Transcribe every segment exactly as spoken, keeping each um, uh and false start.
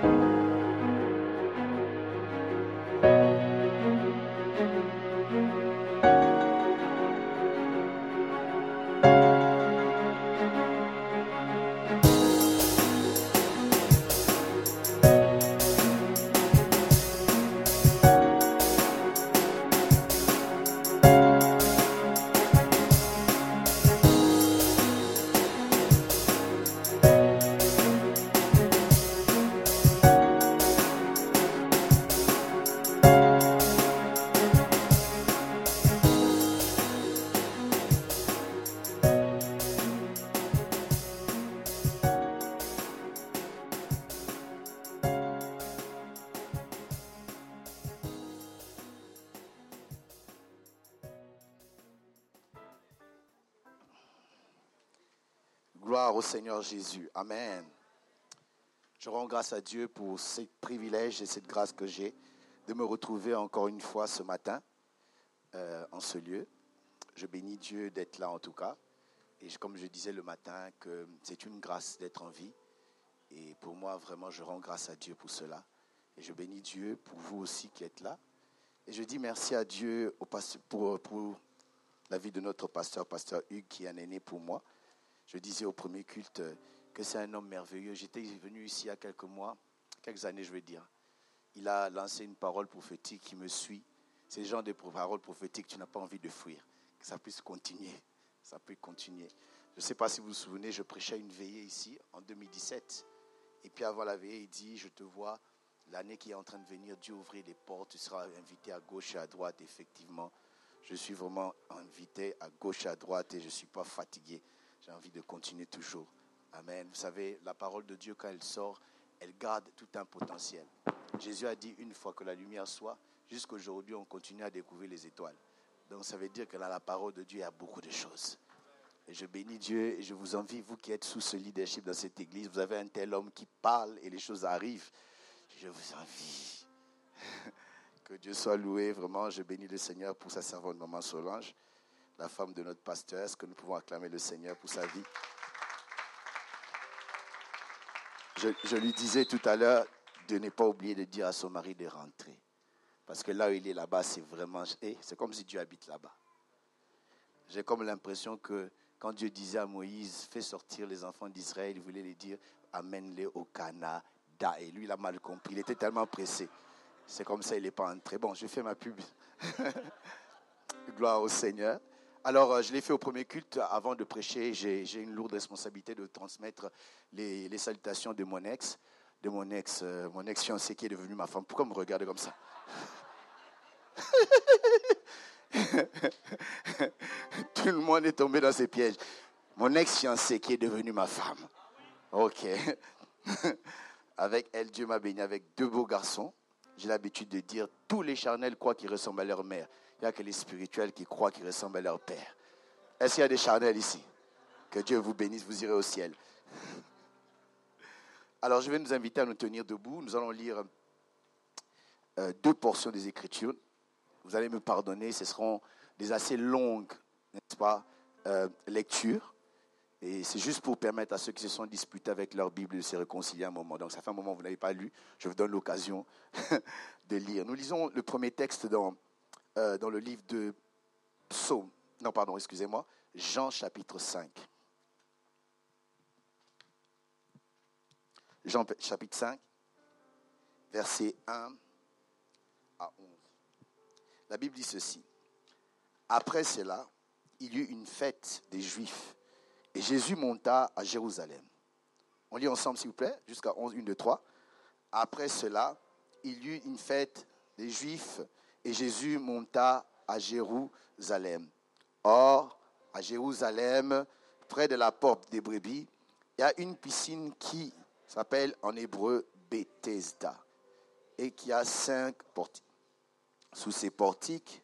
Gloire au Seigneur Jésus. Amen. Je rends grâce à Dieu pour ce privilège et cette grâce que j'ai de me retrouver encore une fois ce matin euh, en ce lieu. Je bénis Dieu d'être là en tout cas. Et comme je disais le matin, que c'est une grâce d'être en vie. Et pour moi, vraiment, je rends grâce à Dieu pour cela. Et je bénis Dieu pour vous aussi qui êtes là. Et je dis merci à Dieu pour, pour la vie de notre pasteur, pasteur Hugues, qui est un aîné pour moi. Je disais au premier culte que c'est un homme merveilleux. J'étais venu ici il y a quelques mois, quelques années je veux dire. Il a lancé une parole prophétique qui me suit. C'est le genre de parole prophétique que tu n'as pas envie de fuir. Que ça puisse continuer. Ça peut continuer. Je ne sais pas si vous vous souvenez, je prêchais une veillée ici en deux mille dix-sept. Et puis avant la veillée, il dit, je te vois, l'année qui est en train de venir, Dieu ouvrir les portes. Tu seras invité à gauche et à droite, effectivement. Je suis vraiment invité à gauche et à droite et je ne suis pas fatigué. J'ai envie de continuer toujours. Amen. Vous savez, la parole de Dieu, quand elle sort, elle garde tout un potentiel. Jésus a dit une fois que la lumière soit, jusqu'aujourd'hui, on continue à découvrir les étoiles. Donc, ça veut dire que dans la parole de Dieu, il y a beaucoup de choses. Et je bénis Dieu et je vous envie, vous qui êtes sous ce leadership dans cette église, vous avez un tel homme qui parle et les choses arrivent. Je vous envie. Que Dieu soit loué. Vraiment, je bénis le Seigneur pour sa servante, Maman Solange, la femme de notre pasteur. Est-ce que nous pouvons acclamer le Seigneur pour sa vie? Je, je lui disais tout à l'heure de ne pas oublier de dire à son mari de rentrer. Parce que là où il est là-bas, c'est vraiment... Hey, c'est comme si Dieu habite là-bas. J'ai comme l'impression que quand Dieu disait à Moïse, fais sortir les enfants d'Israël, il voulait les dire, amène-les au Canada. Et lui, il a mal compris. Il était tellement pressé. C'est comme ça, il n'est pas entré. Bon, je fais ma pub. Gloire au Seigneur. Alors, je l'ai fait au premier culte. Avant de prêcher, j'ai, j'ai une lourde responsabilité de transmettre les, les salutations de mon ex, de mon ex, euh, mon ex-fiancé qui est devenu ma femme. Pourquoi me regarder comme ça? Tout le monde est tombé dans ces pièges. Mon ex-fiancé qui est devenu ma femme. Ok. Avec elle, Dieu m'a béni avec deux beaux garçons. J'ai l'habitude de dire, tous les charnels croient qu'ils ressemblent à leur mère. Il n'y a que les spirituels qui croient qu'ils ressemblent à leur père. Est-ce qu'il y a des charnels ici? Que Dieu vous bénisse, vous irez au ciel. Alors, je vais nous inviter à nous tenir debout. Nous allons lire euh, deux portions des Écritures. Vous allez me pardonner, ce seront des assez longues, n'est-ce pas, euh, lectures. Et c'est juste pour permettre à ceux qui se sont disputés avec leur Bible de se réconcilier un moment. Donc, ça fait un moment que vous n'avez pas lu. Je vous donne l'occasion de lire. Nous lisons le premier texte dans, euh, dans le livre de Psaume. Non, pardon, excusez-moi. Jean chapitre cinq. Jean chapitre cinq, versets un à onze. La Bible dit ceci. Après cela, il y eut une fête des Juifs. Et Jésus monta à Jérusalem. On lit ensemble, s'il vous plaît, jusqu'à onze, un, deux, trois. Après cela, il y eut une fête des Juifs et Jésus monta à Jérusalem. Or, à Jérusalem, près de la porte des brebis, il y a une piscine qui s'appelle en hébreu Bethesda et qui a cinq portiques. Sous ces portiques,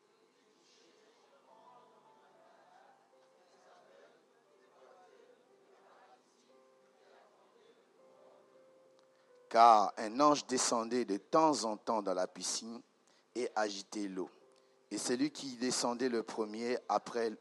car un ange descendait de temps en temps dans la piscine et agitait l'eau. Et celui qui descendait le premier après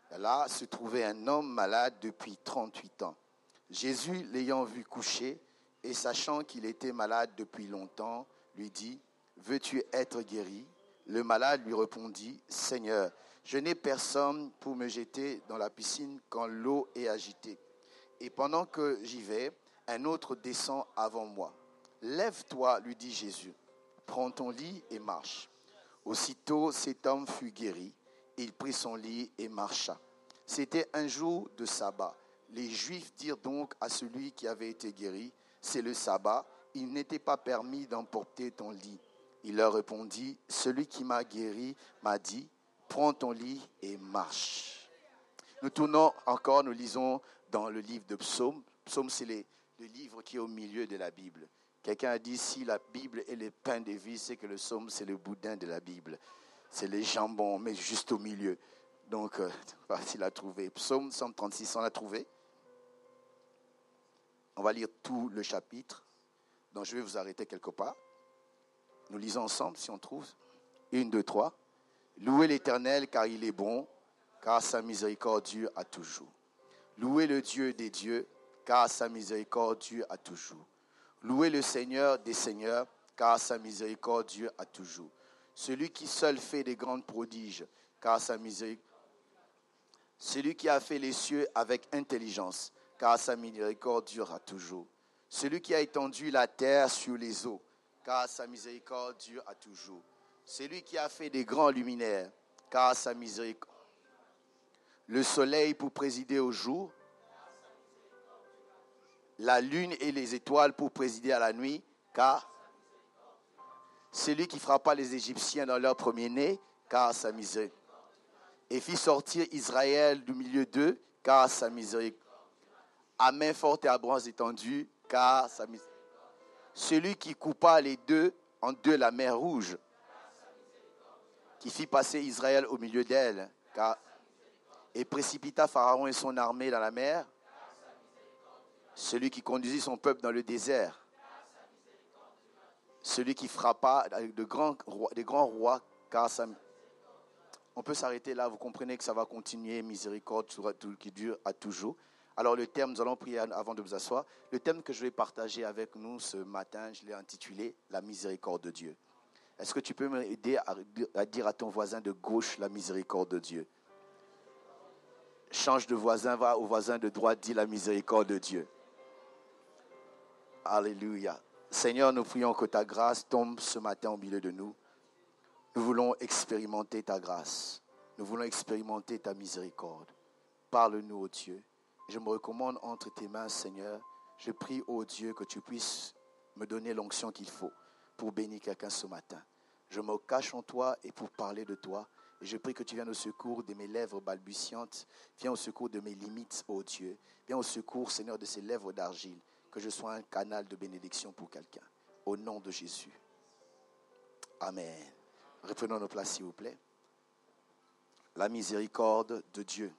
Là se trouvait un homme malade depuis trente-huit ans. Jésus, l'ayant vu coucher et sachant qu'il était malade depuis longtemps, lui dit, « Veux-tu être guéri ?» Le malade lui répondit, « Seigneur, je n'ai personne pour me jeter dans la piscine quand l'eau est agitée. Et pendant que j'y vais, un autre descend avant moi. Lève-toi, lui dit Jésus, prends ton lit et marche. » Aussitôt, cet homme fut guéri. Il prit son lit et marcha. C'était un jour de sabbat. Les Juifs dirent donc à celui qui avait été guéri, « C'est le sabbat, il n'était pas permis d'emporter ton lit. » Il leur répondit, « Celui qui m'a guéri m'a dit, prends ton lit et marche. » Nous tournons encore, nous lisons dans le livre de Psaumes. Psaumes, c'est les, le livre qui est au milieu de la Bible. Quelqu'un a dit, si la Bible est le pain de vie, c'est que le psaume, c'est le boudin de la Bible. C'est les jambons, mais juste au milieu. Donc, euh, facile à trouver. Psaume cent trente-six, on l'a trouvé. On va lire tout le chapitre. Donc, je vais vous arrêter quelque part. Nous lisons ensemble, si on trouve. Une, deux, trois. Louez l'Éternel, car il est bon, car sa miséricorde dure à toujours. Louez le Dieu des dieux, car sa miséricorde dure à toujours. Louez le Seigneur des seigneurs, car sa miséricorde dure à toujours. Celui qui seul fait des grands prodiges, car sa miséricorde. Celui qui a fait les cieux avec intelligence, car sa miséricorde dure à toujours. Celui qui a étendu la terre sur les eaux, car sa miséricorde dure à toujours. Celui qui a fait des grands luminaires, car sa miséricorde. Le soleil pour présider au jour, la lune et les étoiles pour présider à la nuit, car celui qui frappa les Égyptiens dans leur premier-né, car sa miséricorde. Et fit sortir Israël du milieu d'eux, car sa miséricorde. À main forte et à bras étendus, car sa miséricorde. Celui qui coupa les deux en deux la mer rouge, qui fit passer Israël au milieu d'elle, car et précipita Pharaon et son armée dans la mer. Celui qui conduisit son peuple dans le désert. Celui qui frappa de grands rois, des grands rois, car sa... On peut s'arrêter là, vous comprenez que ça va continuer, miséricorde qui dure à toujours. Alors le thème, nous allons prier avant de vous asseoir. Le thème que je vais partager avec nous ce matin, je l'ai intitulé « La miséricorde de Dieu ». Est-ce que tu peux m'aider à dire à ton voisin de gauche la miséricorde de Dieu? Change de voisin, va au voisin de droite, dis la miséricorde de Dieu. Alléluia. Seigneur, nous prions que ta grâce tombe ce matin au milieu de nous. Nous voulons expérimenter ta grâce. Nous voulons expérimenter ta miséricorde. Parle-nous, ô Dieu. Je me recommande entre tes mains, Seigneur. Je prie, ô Dieu, que tu puisses me donner l'onction qu'il faut pour bénir quelqu'un ce matin. Je me cache en toi et pour parler de toi. Et je prie que tu viennes au secours de mes lèvres balbutiantes. Viens au secours de mes limites, ô Dieu. Viens au secours, Seigneur, de ces lèvres d'argile. Que je sois un canal de bénédiction pour quelqu'un. Au nom de Jésus. Amen. Reprenons nos places, s'il vous plaît. La miséricorde de Dieu.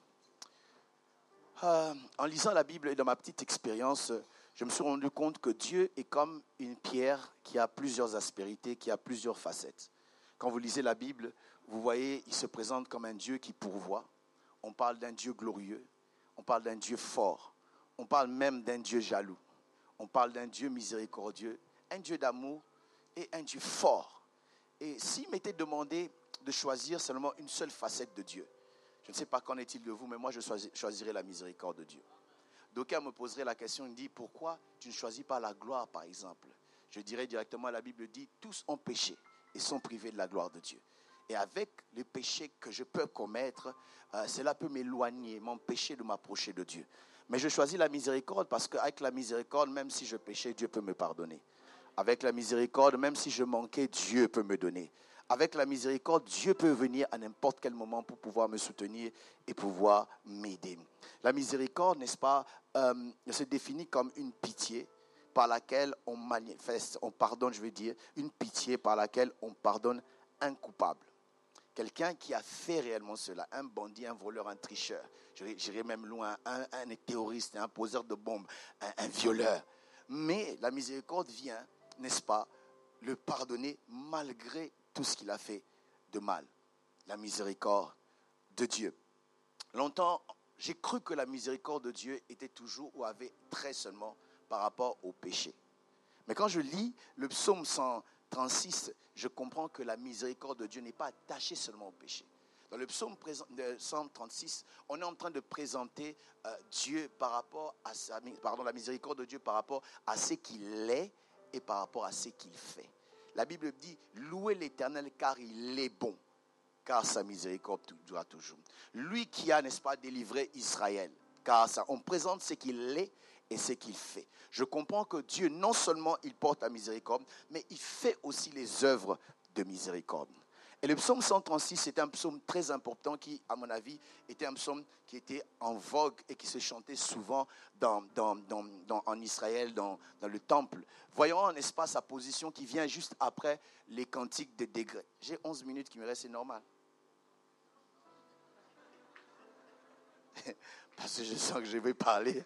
Euh, en lisant la Bible et dans ma petite expérience, je me suis rendu compte que Dieu est comme une pierre qui a plusieurs aspérités, qui a plusieurs facettes. Quand vous lisez la Bible, vous voyez, il se présente comme un Dieu qui pourvoit. On parle d'un Dieu glorieux. On parle d'un Dieu fort. On parle même d'un Dieu jaloux. On parle d'un Dieu miséricordieux, un Dieu d'amour et un Dieu fort. Et s'il m'était demandé de choisir seulement une seule facette de Dieu, je ne sais pas qu'en est-il de vous, mais moi je choisirais la miséricorde de Dieu. D'aucuns me poseraient la question, ils me disent, pourquoi tu ne choisis pas la gloire par exemple? Je dirais directement, la Bible dit, tous ont péché et sont privés de la gloire de Dieu. Et avec les péchés que je peux commettre, euh, cela peut m'éloigner, m'empêcher de m'approcher de Dieu. Mais je choisis la miséricorde parce qu'avec la miséricorde, même si je péchais, Dieu peut me pardonner. Avec la miséricorde, même si je manquais, Dieu peut me donner. Avec la miséricorde, Dieu peut venir à n'importe quel moment pour pouvoir me soutenir et pouvoir m'aider. La miséricorde, n'est-ce pas, euh, se définit comme une pitié par laquelle on manifeste, on pardonne, je veux dire, une pitié par laquelle on pardonne un coupable. Quelqu'un qui a fait réellement cela, un bandit, un voleur, un tricheur, j'irai même loin, un, un terroriste, un poseur de bombes, un, un violeur. Mais la miséricorde vient, n'est-ce pas, le pardonner malgré tout ce qu'il a fait de mal. La miséricorde de Dieu. Longtemps, j'ai cru que la miséricorde de Dieu était toujours ou avait trait seulement par rapport au péché. Mais quand je lis le psaume cent trente-six, je comprends que la miséricorde de Dieu n'est pas attachée seulement au péché. Dans le psaume cent trente-six, on est en train de présenter euh, Dieu par rapport à sa, pardon, la miséricorde de Dieu par rapport à ce qu'il est et par rapport à ce qu'il fait. La Bible dit, louez l'Éternel car il est bon, car sa miséricorde durera toujours. Lui qui a, n'est-ce pas, délivré Israël, car ça, on présente ce qu'il est et ce qu'il fait. Je comprends que Dieu, non seulement il porte la miséricorde, mais il fait aussi les œuvres de miséricorde. Et le psaume cent trente-six, c'est un psaume très important qui, à mon avis, était un psaume qui était en vogue et qui se chantait souvent dans, dans, dans, dans, en Israël, dans, dans le temple. Voyons, n'est-ce pas, sa position qui vient juste après les cantiques de degrés. J'ai onze minutes qui me restent, c'est normal. Parce que je sens que je vais parler.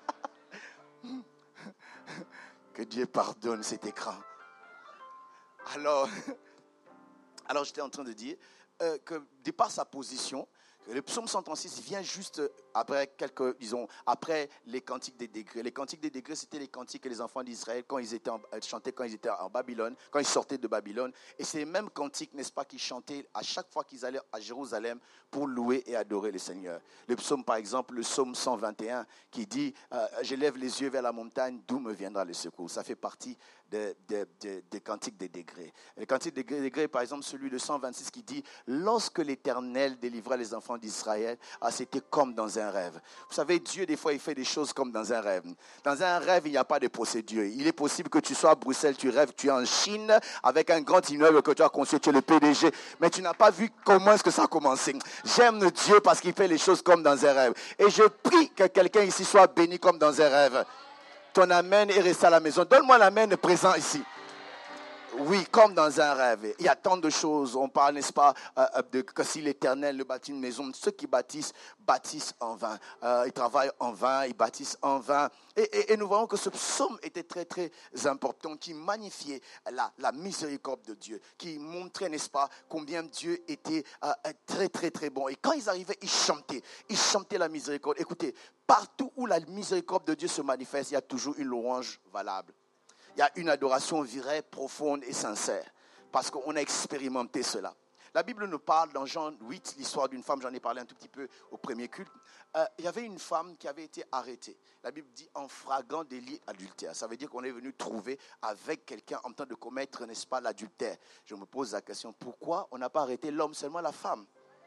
Que Dieu pardonne cet écran. Alors... Alors, j'étais en train de dire euh, que, de par sa position, le psaume cent trente-six vient juste après, quelques, disons, après les cantiques des degrés. Les cantiques des degrés, c'était les cantiques que les enfants d'Israël quand ils étaient en, chantaient quand ils étaient en Babylone, quand ils sortaient de Babylone. Et c'est les mêmes cantiques, n'est-ce pas, qu'ils chantaient à chaque fois qu'ils allaient à Jérusalem pour louer et adorer le Seigneur. Le psaume, par exemple, le psaume cent vingt et un, qui dit euh, « Je lève les yeux vers la montagne, d'où me viendra le secours ?» Ça fait partie des de, de, de cantiques des degrés. Les cantiques des degrés, par exemple, celui de cent vingt-six qui dit « Lorsque l'Éternel délivra les enfants d'Israël, ah, c'était comme dans un rêve. » Vous savez, Dieu, des fois, il fait des choses comme dans un rêve. Dans un rêve, il n'y a pas de procédure. Il est possible que tu sois à Bruxelles, tu rêves, tu es en Chine, avec un grand immeuble que tu as construit, tu es le P D G, mais tu n'as pas vu comment est-ce que ça a commencé. J'aime Dieu parce qu'il fait les choses comme dans un rêve. Et je prie que quelqu'un ici soit béni comme dans un rêve. Ton amen est resté à la maison. Donne-moi l'amen présent ici. Oui, comme dans un rêve. Il y a tant de choses. On parle, n'est-ce pas, euh, de, que si l'Éternel bâtit une maison, ceux qui bâtissent, bâtissent en vain. Euh, ils travaillent en vain, ils bâtissent en vain. Et, et, et nous voyons que ce psaume était très, très important, qui magnifiait la, la miséricorde de Dieu, qui montrait, n'est-ce pas, combien Dieu était euh, très, très, très bon. Et quand ils arrivaient, ils chantaient. Ils chantaient la miséricorde. Écoutez, partout où la miséricorde de Dieu se manifeste, il y a toujours une louange valable. Il y a une adoration vraie, profonde et sincère. Parce qu'on a expérimenté cela. La Bible nous parle dans Jean huit, l'histoire d'une femme, j'en ai parlé un tout petit peu au premier culte. Euh, il y avait une femme qui avait été arrêtée. La Bible dit en flagrant délit adultère. Ça veut dire qu'on est venu trouver avec quelqu'un en train de commettre, n'est-ce pas, l'adultère. Je me pose la question, pourquoi on n'a pas arrêté l'homme, seulement la femme?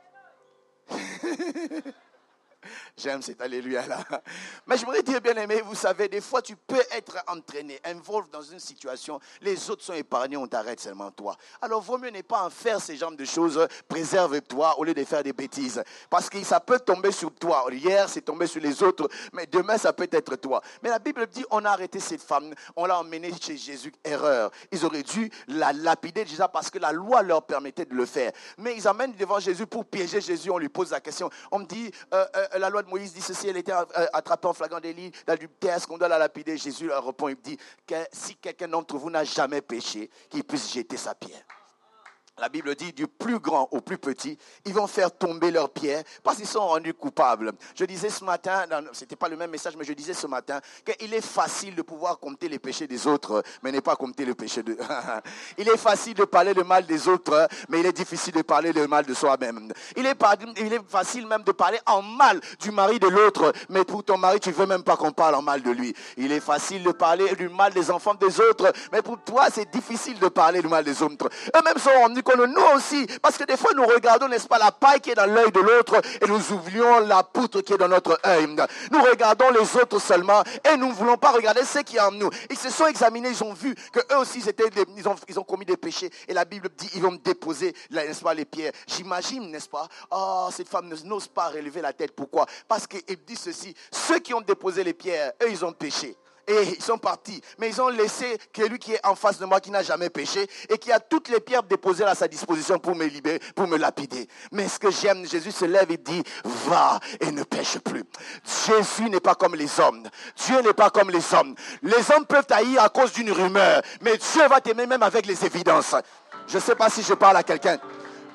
J'aime cet alléluia-là. Mais je voudrais dire, bien aimé, vous savez, des fois, tu peux être entraîné, involve dans une situation, les autres sont épargnés, on t'arrête seulement toi. Alors, vaut mieux ne pas en faire ces genres de choses, préserve-toi au lieu de faire des bêtises. Parce que ça peut tomber sur toi. Hier, c'est tombé sur les autres, mais demain, ça peut être toi. Mais la Bible dit, on a arrêté cette femme, on l'a emmenée chez Jésus. Erreur. Ils auraient dû la lapider déjà parce que la loi leur permettait de le faire. Mais ils amènent devant Jésus pour piéger Jésus, on lui pose la question. On me dit, euh, euh, la loi de Moïse dit ceci, elle était attrapée en flagrant délit d'adultère, est-ce qu'on doit la lapider? Jésus leur répond, il dit que si quelqu'un d'entre vous n'a jamais péché, qu'il puisse jeter sa pierre. La Bible dit, du plus grand au plus petit, ils vont faire tomber leurs pierres parce qu'ils sont rendus coupables. Je disais ce matin, ce n'était pas le même message, mais je disais ce matin qu'il est facile de pouvoir compter les péchés des autres, mais ne pas compter le péché de... Il est facile de parler le mal des autres, mais il est difficile de parler le mal de soi-même. Il est, pas... il est facile même de parler en mal du mari de l'autre, mais pour ton mari, tu ne veux même pas qu'on parle en mal de lui. Il est facile de parler du mal des enfants des autres, mais pour toi, c'est difficile de parler du mal des autres. Eux-mêmes sont rendus que nous aussi, parce que des fois nous regardons, n'est-ce pas, la paille qui est dans l'œil de l'autre et nous oublions la poutre qui est dans notre œil. Nous regardons les autres seulement et nous ne voulons pas regarder ce qui est en nous. Ils se sont examinés, ils ont vu que eux aussi étaient des, ils, ont, ils ont commis des péchés et la Bible dit ils vont déposer, n'est-ce pas, les pierres. J'imagine, n'est-ce pas, oh, cette femme n'ose pas relever la tête. Pourquoi? Parce qu'il dit ceci, ceux qui ont déposé les pierres, eux ils ont péché. Et ils sont partis. Mais ils ont laissé celui qui est en face de moi, qui n'a jamais péché, et qui a toutes les pierres déposées à sa disposition pour me libérer, pour me lapider. Mais ce que j'aime, Jésus se lève et dit, va et ne pêche plus. Jésus n'est pas comme les hommes. Dieu n'est pas comme les hommes. Les hommes peuvent haïr à cause d'une rumeur, mais Dieu va t'aimer même avec les évidences. Je ne sais pas si je parle à quelqu'un.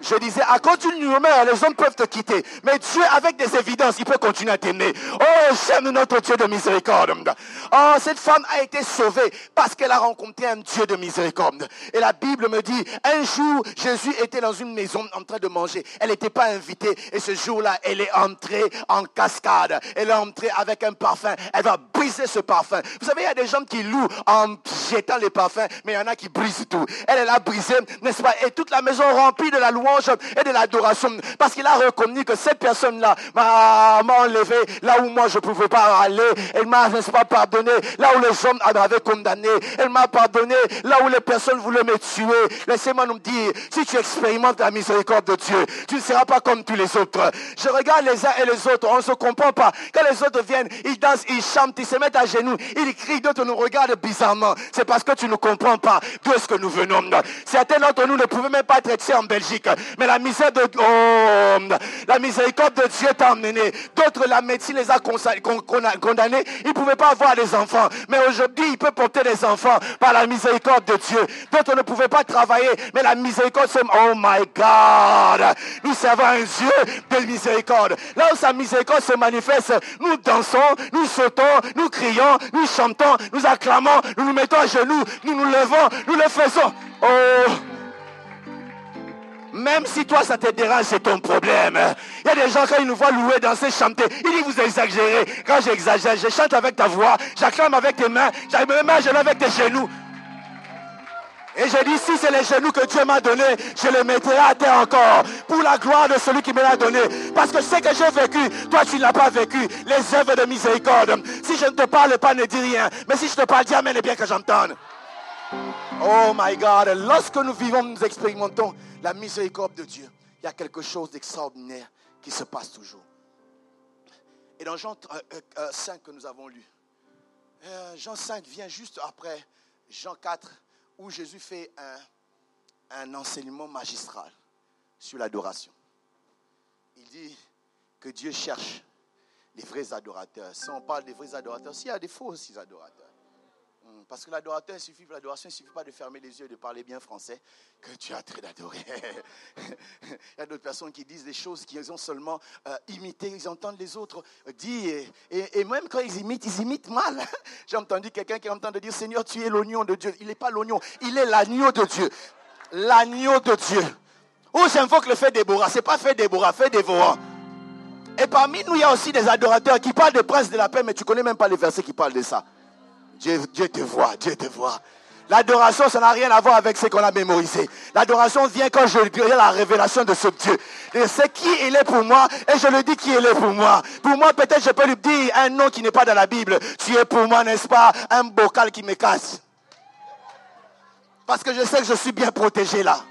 Je disais, à cause d'une rumeur, les hommes peuvent te quitter. Mais Dieu, avec des évidences, il peut continuer à t'aimer. Oh, j'aime notre Dieu de miséricorde. Oh, cette femme a été sauvée parce qu'elle a rencontré un Dieu de miséricorde. Et la Bible me dit, un jour, Jésus était dans une maison en train de manger. Elle n'était pas invitée. Et ce jour-là, elle est entrée en cascade. Elle est entrée avec un parfum. Elle va briser ce parfum. Vous savez, il y a des gens qui louent en jetant les parfums, mais il y en a qui brisent tout. Elle, elle a brisé, n'est-ce pas? Et toute la maison remplie de la louange et de l'adoration, parce qu'il a reconnu que cette personne-là m'a, m'a enlevé là où moi je ne pouvais pas aller. Elle m'a, n'est-ce pas, pardonné là où les hommes m'avaient condamné. Elle m'a pardonné là où les personnes voulaient me tuer. Laissez-moi nous dire, si tu expérimentes la miséricorde de Dieu, tu ne seras pas comme tous les autres. Je regarde les uns et les autres, on ne se comprend pas. Quand les autres viennent, ils dansent, ils chantent, ils se mettent à genoux, ils crient, d'autres nous regardent bizarrement. C'est parce que tu ne comprends pas d'où est-ce que nous venons. Certains d'entre nous ne pouvaient même pas être ici en Belgique. Mais la misère de oh, la miséricorde de Dieu t'a emmené. D'autres, la médecine les a condamnés. Ils ne pouvaient pas avoir des enfants. Mais aujourd'hui, ils peuvent porter des enfants par la miséricorde de Dieu. D'autres ne pouvaient pas travailler. Mais la miséricorde, c'est... Oh my God! Nous servons un Dieu de miséricorde. Là où sa miséricorde se manifeste, nous dansons, nous sautons, nous crions, nous chantons, nous acclamons, nous nous mettons à genoux, nous nous levons, nous le faisons. Oh! Même si toi ça te dérange, c'est ton problème. Il y a des gens quand ils nous voient louer, danser, chanter, ils disent vous exagérez. Quand j'exagère, je chante avec ta voix, j'acclame avec tes mains, je me mets à genoux avec tes genoux. Et je dis, si c'est les genoux que Dieu m'a donné, je les mettrai à terre encore. Pour la gloire de celui qui me l'a donné. Parce que ce que j'ai vécu, toi tu ne l'as pas vécu. Les œuvres de miséricorde. Si je ne te parle pas, ne dis rien. Mais si je te parle, dis amen et bien que j'entende. Oh my God. Lorsque nous vivons, nous expérimentons la miséricorde de Dieu. Il y a quelque chose d'extraordinaire qui se passe toujours. Et dans Jean cinq que nous avons lu, euh, Jean cinq vient juste après Jean quatre, où Jésus fait un, un enseignement magistral sur l'adoration. Il dit que Dieu cherche les vrais adorateurs. Si on parle des vrais adorateurs, s'il y a des faux aussi adorateurs. Parce que l'adorateur, il suffit, l'adoration, il ne suffit pas de fermer les yeux et de parler bien français, que tu as trait d'adorer. Il y a d'autres personnes qui disent des choses qu'ils ont seulement euh, imitées, ils entendent les autres dire, et, et, et même quand ils imitent, ils imitent mal. J'ai entendu quelqu'un qui entend dire, Seigneur, tu es l'oignon de Dieu. Il n'est pas l'oignon, il est l'agneau de Dieu. L'agneau de Dieu. Ou j'invoque le fait Déborah, ce n'est pas fait Déborah, fait dévorant. Et parmi nous, il y a aussi des adorateurs qui parlent de prince de la paix, mais tu ne connais même pas les versets qui parlent de ça. Dieu, Dieu te voit, Dieu te voit. L'adoration, ça n'a rien à voir avec ce qu'on a mémorisé. L'adoration vient quand je dis la révélation de ce Dieu. Je sais qui il est pour moi et je le dis qui il est pour moi. Pour moi, peut-être je peux lui dire un nom qui n'est pas dans la Bible. Tu es pour moi, n'est-ce pas, un bocal qui me casse. Parce que je sais que je suis bien protégé là.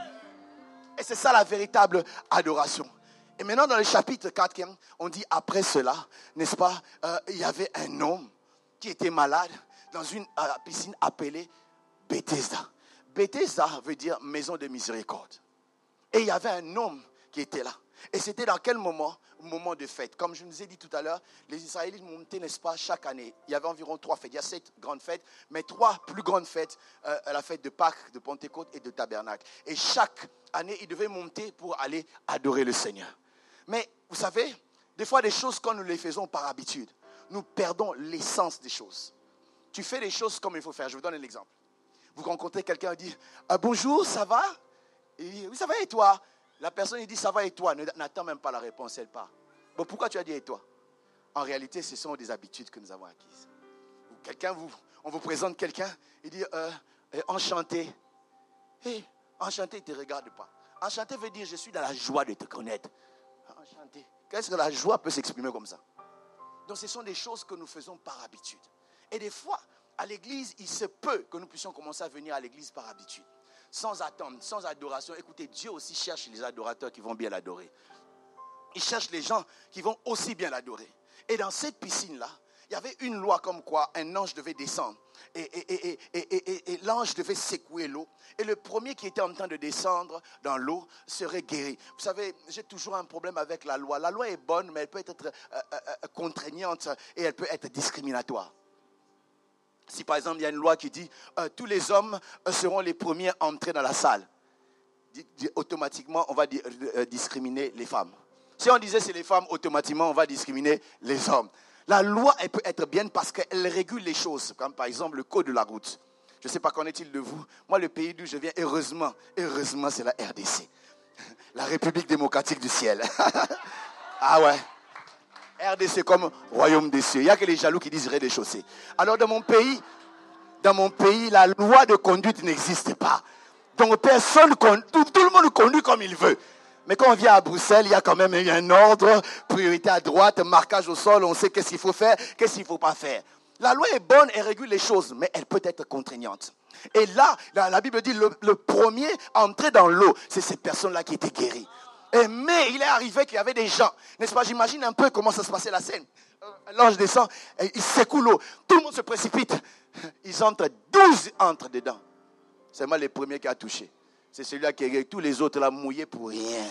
Et c'est ça la véritable adoration. Et maintenant, dans le chapitre quatre, on dit après cela, n'est-ce pas, euh, il y avait un homme qui était malade dans une euh, piscine appelée Bethesda. Bethesda veut dire maison de miséricorde. Et il y avait un homme qui était là. Et c'était dans quel moment? Moment de fête. Comme je vous ai dit tout à l'heure, les Israélites montaient, n'est-ce pas, chaque année. Il y avait environ trois fêtes. Il y a sept grandes fêtes, mais trois plus grandes fêtes. Euh, la fête de Pâques, de Pentecôte et de Tabernacle. Et chaque année, ils devaient monter pour aller adorer le Seigneur. Mais vous savez, des fois, des choses, quand nous les faisons par habitude, nous perdons l'essence des choses. Tu fais les choses comme il faut faire. Je vous donne un exemple. Vous rencontrez quelqu'un et dit ah, « Bonjour, ça va ?» Il dit « Oui, ça va et toi ?» La personne il dit « Ça va et toi ?» N'attends même pas la réponse, elle part. Bon, pourquoi tu as dit « Et toi ?» En réalité, ce sont des habitudes que nous avons acquises. Quelqu'un, vous, on vous présente quelqu'un, il dit euh, « Enchanté. » Hey, enchanté, il ne te regarde pas. Enchanté veut dire « Je suis dans la joie de te connaître. » Enchanté. Qu'est-ce que la joie peut s'exprimer comme ça? Donc, ce sont des choses que nous faisons par habitude. Et des fois, à l'église, il se peut que nous puissions commencer à venir à l'église par habitude. Sans attendre, sans adoration. Écoutez, Dieu aussi cherche les adorateurs qui vont bien l'adorer. Il cherche les gens qui vont aussi bien l'adorer. Et dans cette piscine-là, il y avait une loi comme quoi un ange devait descendre. Et, et, et, et, et, et, et l'ange devait secouer l'eau. Et le premier qui était en train de descendre dans l'eau serait guéri. Vous savez, j'ai toujours un problème avec la loi. La loi est bonne, mais elle peut être euh, euh, contraignante et elle peut être discriminatoire. Si par exemple, il y a une loi qui dit euh, « Tous les hommes seront les premiers à entrer dans la salle ». automatiquement, on va discriminer les femmes. Si on disait c'est les femmes, automatiquement, on va discriminer les hommes. La loi, elle peut être bien parce qu'elle régule les choses, comme par exemple le code de la route. Je ne sais pas qu'en est-il de vous. Moi, le pays d'où je viens, heureusement, heureusement, c'est la R D C. La République démocratique du ciel. Ah ouais. R D C comme royaume des cieux. Il n'y a que les jaloux qui disent rez-de-chaussée. Alors dans mon pays, dans mon pays, la loi de conduite n'existe pas. Donc personne, tout, tout le monde conduit comme il veut. Mais quand on vient à Bruxelles, il y a quand même un ordre, priorité à droite, marquage au sol, on sait qu'est-ce qu'il faut faire, qu'est-ce qu'il ne faut pas faire. La loi est bonne, elle régule les choses, mais elle peut être contraignante. Et là, la, la Bible dit, le, le premier à entrer dans l'eau, c'est cette personne-là qui était guérie. Et, mais il est arrivé qu'il y avait des gens, n'est-ce pas? J'imagine un peu comment ça se passait la scène. L'ange descend, et il secoue l'eau, tout le monde se précipite. Ils entrent, douze entrent dedans. C'est moi le premier qui a touché. C'est celui-là qui est guéri. Tous les autres là mouillés pour rien.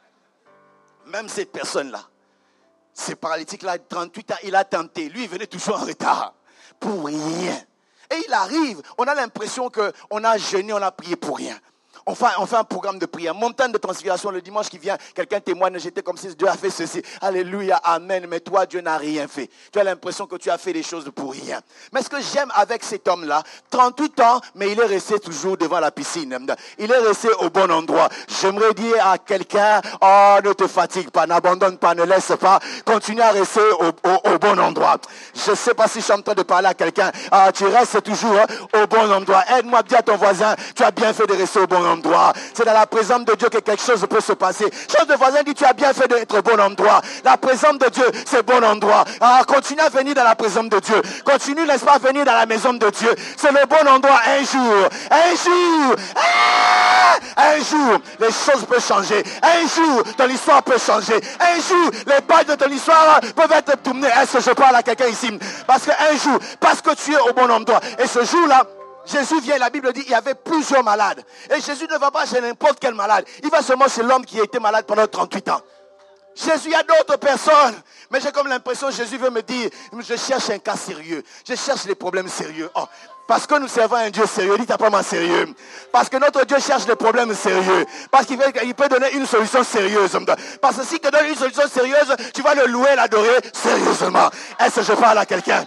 Même cette personne-là, ce paralytique-là, trente-huit ans, il a tenté. Lui, il venait toujours en retard. Pour rien. Et il arrive, on a l'impression qu'on a jeûné, on a prié pour rien. On fait, on fait un programme de prière. Montagne de transfiguration, le dimanche qui vient, quelqu'un témoigne, j'étais comme si Dieu a fait ceci. Alléluia, amen. Mais toi, Dieu n'a rien fait. Tu as l'impression que tu as fait des choses pour rien. Mais ce que j'aime avec cet homme-là, trente-huit ans, mais il est resté toujours devant la piscine. Il est resté au bon endroit. J'aimerais dire à quelqu'un, oh, ne te fatigue pas, n'abandonne pas, ne laisse pas. Continue à rester au, au, au bon endroit. Je ne sais pas si je suis en train de parler à quelqu'un. Ah, tu restes toujours hein, au bon endroit. Aide-moi, dis à ton voisin, tu as bien fait de rester au bon endroit. C'est dans la présence de Dieu que quelque chose peut se passer. Chose de voisin dit, tu as bien fait d'être au bon endroit. La présence de Dieu, c'est bon endroit. Alors, continue à venir dans la présence de Dieu. Continue, n'est-ce pas, à venir dans la maison de Dieu. C'est le bon endroit un jour. Un jour. Ah, un jour, les choses peuvent changer. Un jour, ton histoire peut changer. Un jour, les pages de ton histoire peuvent être tournées. Est-ce que je parle à quelqu'un ici? Parce qu'un jour, parce que tu es au bon endroit. Et ce jour-là, Jésus vient, la Bible dit, il y avait plusieurs malades. Et Jésus ne va pas chez n'importe quel malade. Il va seulement chez l'homme qui a été malade pendant trente-huit ans. Jésus, il y a d'autres personnes. Mais j'ai comme l'impression que Jésus veut me dire, je cherche un cas sérieux. Je cherche les problèmes sérieux. Oh, parce que nous servons un Dieu sérieux. Dis, t'as pas mal sérieux. Parce que notre Dieu cherche les problèmes sérieux. Parce qu'il veut, il peut donner une solution sérieuse. Parce que s'il te donne une solution sérieuse, tu vas le louer, l'adorer sérieusement. Est-ce que je parle à quelqu'un?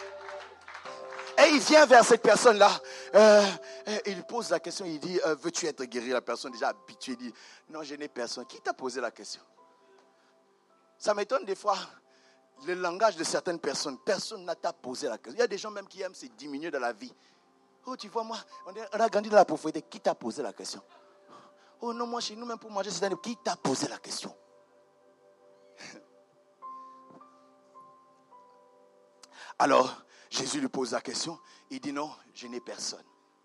Et il vient vers cette personne-là, euh, il pose la question, il dit, euh, veux-tu être guéri? La personne déjà habituée dit, non, je n'ai personne. Qui t'a posé la question? Ça m'étonne des fois, le langage de certaines personnes, personne n'a t'a posé la question. Il y a des gens même qui aiment se diminuer dans la vie. Oh, tu vois, moi, on a grandi dans la pauvreté, qui t'a posé la question? Oh non, moi, chez nous, même pour manger, c'est un... Qui t'a posé la question? Alors, Jésus lui pose la question, il dit non, je n'ai personne.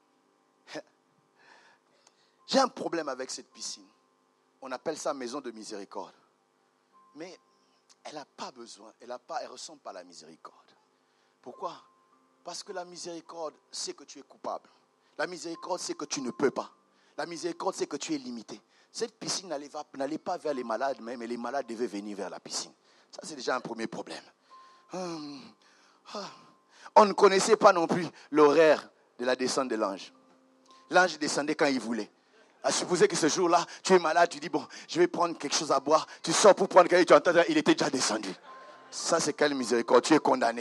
J'ai un problème avec cette piscine. On appelle ça maison de miséricorde. Mais elle n'a pas besoin, elle ne ressemble pas à la miséricorde. Pourquoi? Parce que la miséricorde, c'est que tu es coupable. La miséricorde, c'est que tu ne peux pas. La miséricorde, c'est que tu es limité. Cette piscine n'allait pas, n'allait pas vers les malades, mais les malades devaient venir vers la piscine. Ça, c'est déjà un premier problème. Hum, ah. On ne connaissait pas non plus l'horaire de la descente de l'ange. L'ange descendait quand il voulait. À supposer que ce jour-là, tu es malade, tu dis, bon, je vais prendre quelque chose à boire. Tu sors pour prendre quelque chose, tu entends, il était déjà descendu. Ça, c'est quelle miséricorde, tu es condamné.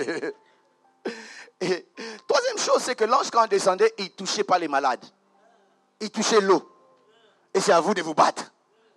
Et troisième chose, c'est que l'ange, quand il descendait, il ne touchait pas les malades. Il touchait l'eau. Et c'est à vous de vous battre.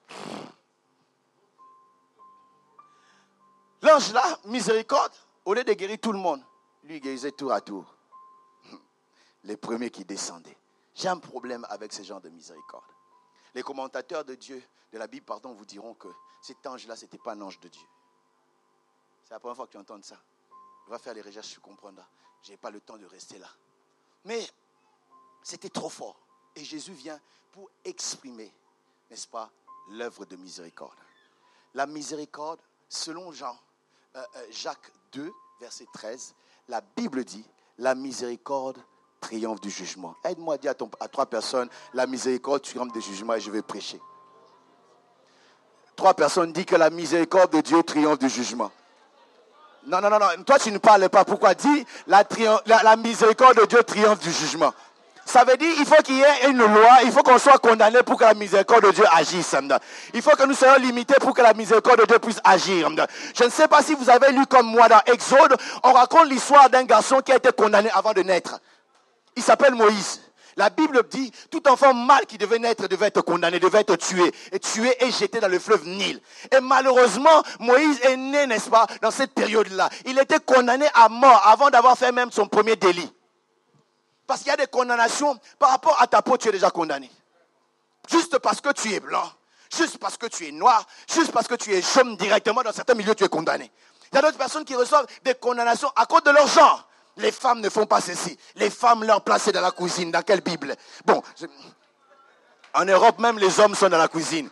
L'ange là, miséricorde, au lieu de guérir tout le monde, lui guérissait tour à tour. Les premiers qui descendaient. J'ai un problème avec ce genre de miséricorde. Les commentateurs de Dieu, de la Bible, pardon, vous diront que cet ange-là, ce n'était pas un ange de Dieu. C'est la première fois que tu entends ça. Va faire les recherches, tu comprendras. Je n'ai pas le temps de rester là. Mais c'était trop fort. Et Jésus vient pour exprimer, n'est-ce pas, l'œuvre de miséricorde. La miséricorde, selon Jean, euh, euh, Jacques deux, verset treize, la Bible dit, la miséricorde triomphe du jugement. Aide-moi à dire à, ton, à trois personnes, la miséricorde triomphe du jugement et je vais prêcher. Trois personnes disent que la miséricorde de Dieu triomphe du jugement. Non, non, non, non. Toi tu ne parles pas. Pourquoi? Dis, la, la, la miséricorde de Dieu triomphe du jugement. Ça veut dire qu'il faut qu'il y ait une loi, il faut qu'on soit condamné pour que la miséricorde de Dieu agisse. Il faut que nous soyons limités pour que la miséricorde de Dieu puisse agir. Je ne sais pas si vous avez lu comme moi dans Exode, on raconte l'histoire d'un garçon qui a été condamné avant de naître. Il s'appelle Moïse. La Bible dit, tout enfant mâle qui devait naître devait être condamné, devait être tué, et tué et jeté dans le fleuve Nil. Et malheureusement, Moïse est né, n'est-ce pas, dans cette période-là. Il était condamné à mort avant d'avoir fait même son premier délit. Parce qu'il y a des condamnations, par rapport à ta peau, tu es déjà condamné. Juste parce que tu es blanc, juste parce que tu es noir, juste parce que tu es jaune directement, dans certains milieux, tu es condamné. Il y a d'autres personnes qui reçoivent des condamnations à cause de leur genre. Les femmes ne font pas ceci. Les femmes, leur place est dans la cuisine. Dans quelle Bible? Bon, je... en Europe, même les hommes sont dans la cuisine.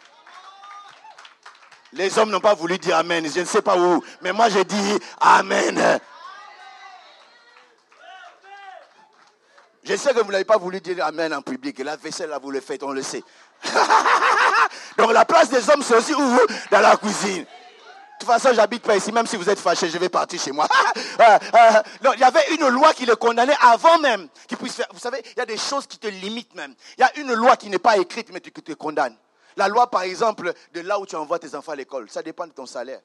Les hommes n'ont pas voulu dire Amen. Je ne sais pas où. Mais moi, j'ai dit Amen. Je sais que vous n'avez pas voulu dire Amen en public. Et la vaisselle, là, vous le faites, on le sait. Donc, la place des hommes, c'est aussi où? Dans la cuisine. De toute façon, j'habite pas ici, même si vous êtes fâchés, je vais partir chez moi. euh, euh, non, il y avait une loi qui le condamnait avant même qu'il puisse faire. Vous savez, il y a des choses qui te limitent même. Il y a une loi qui n'est pas écrite, mais qui te condamne. La loi, par exemple, de là où tu envoies tes enfants à l'école, ça dépend de ton salaire.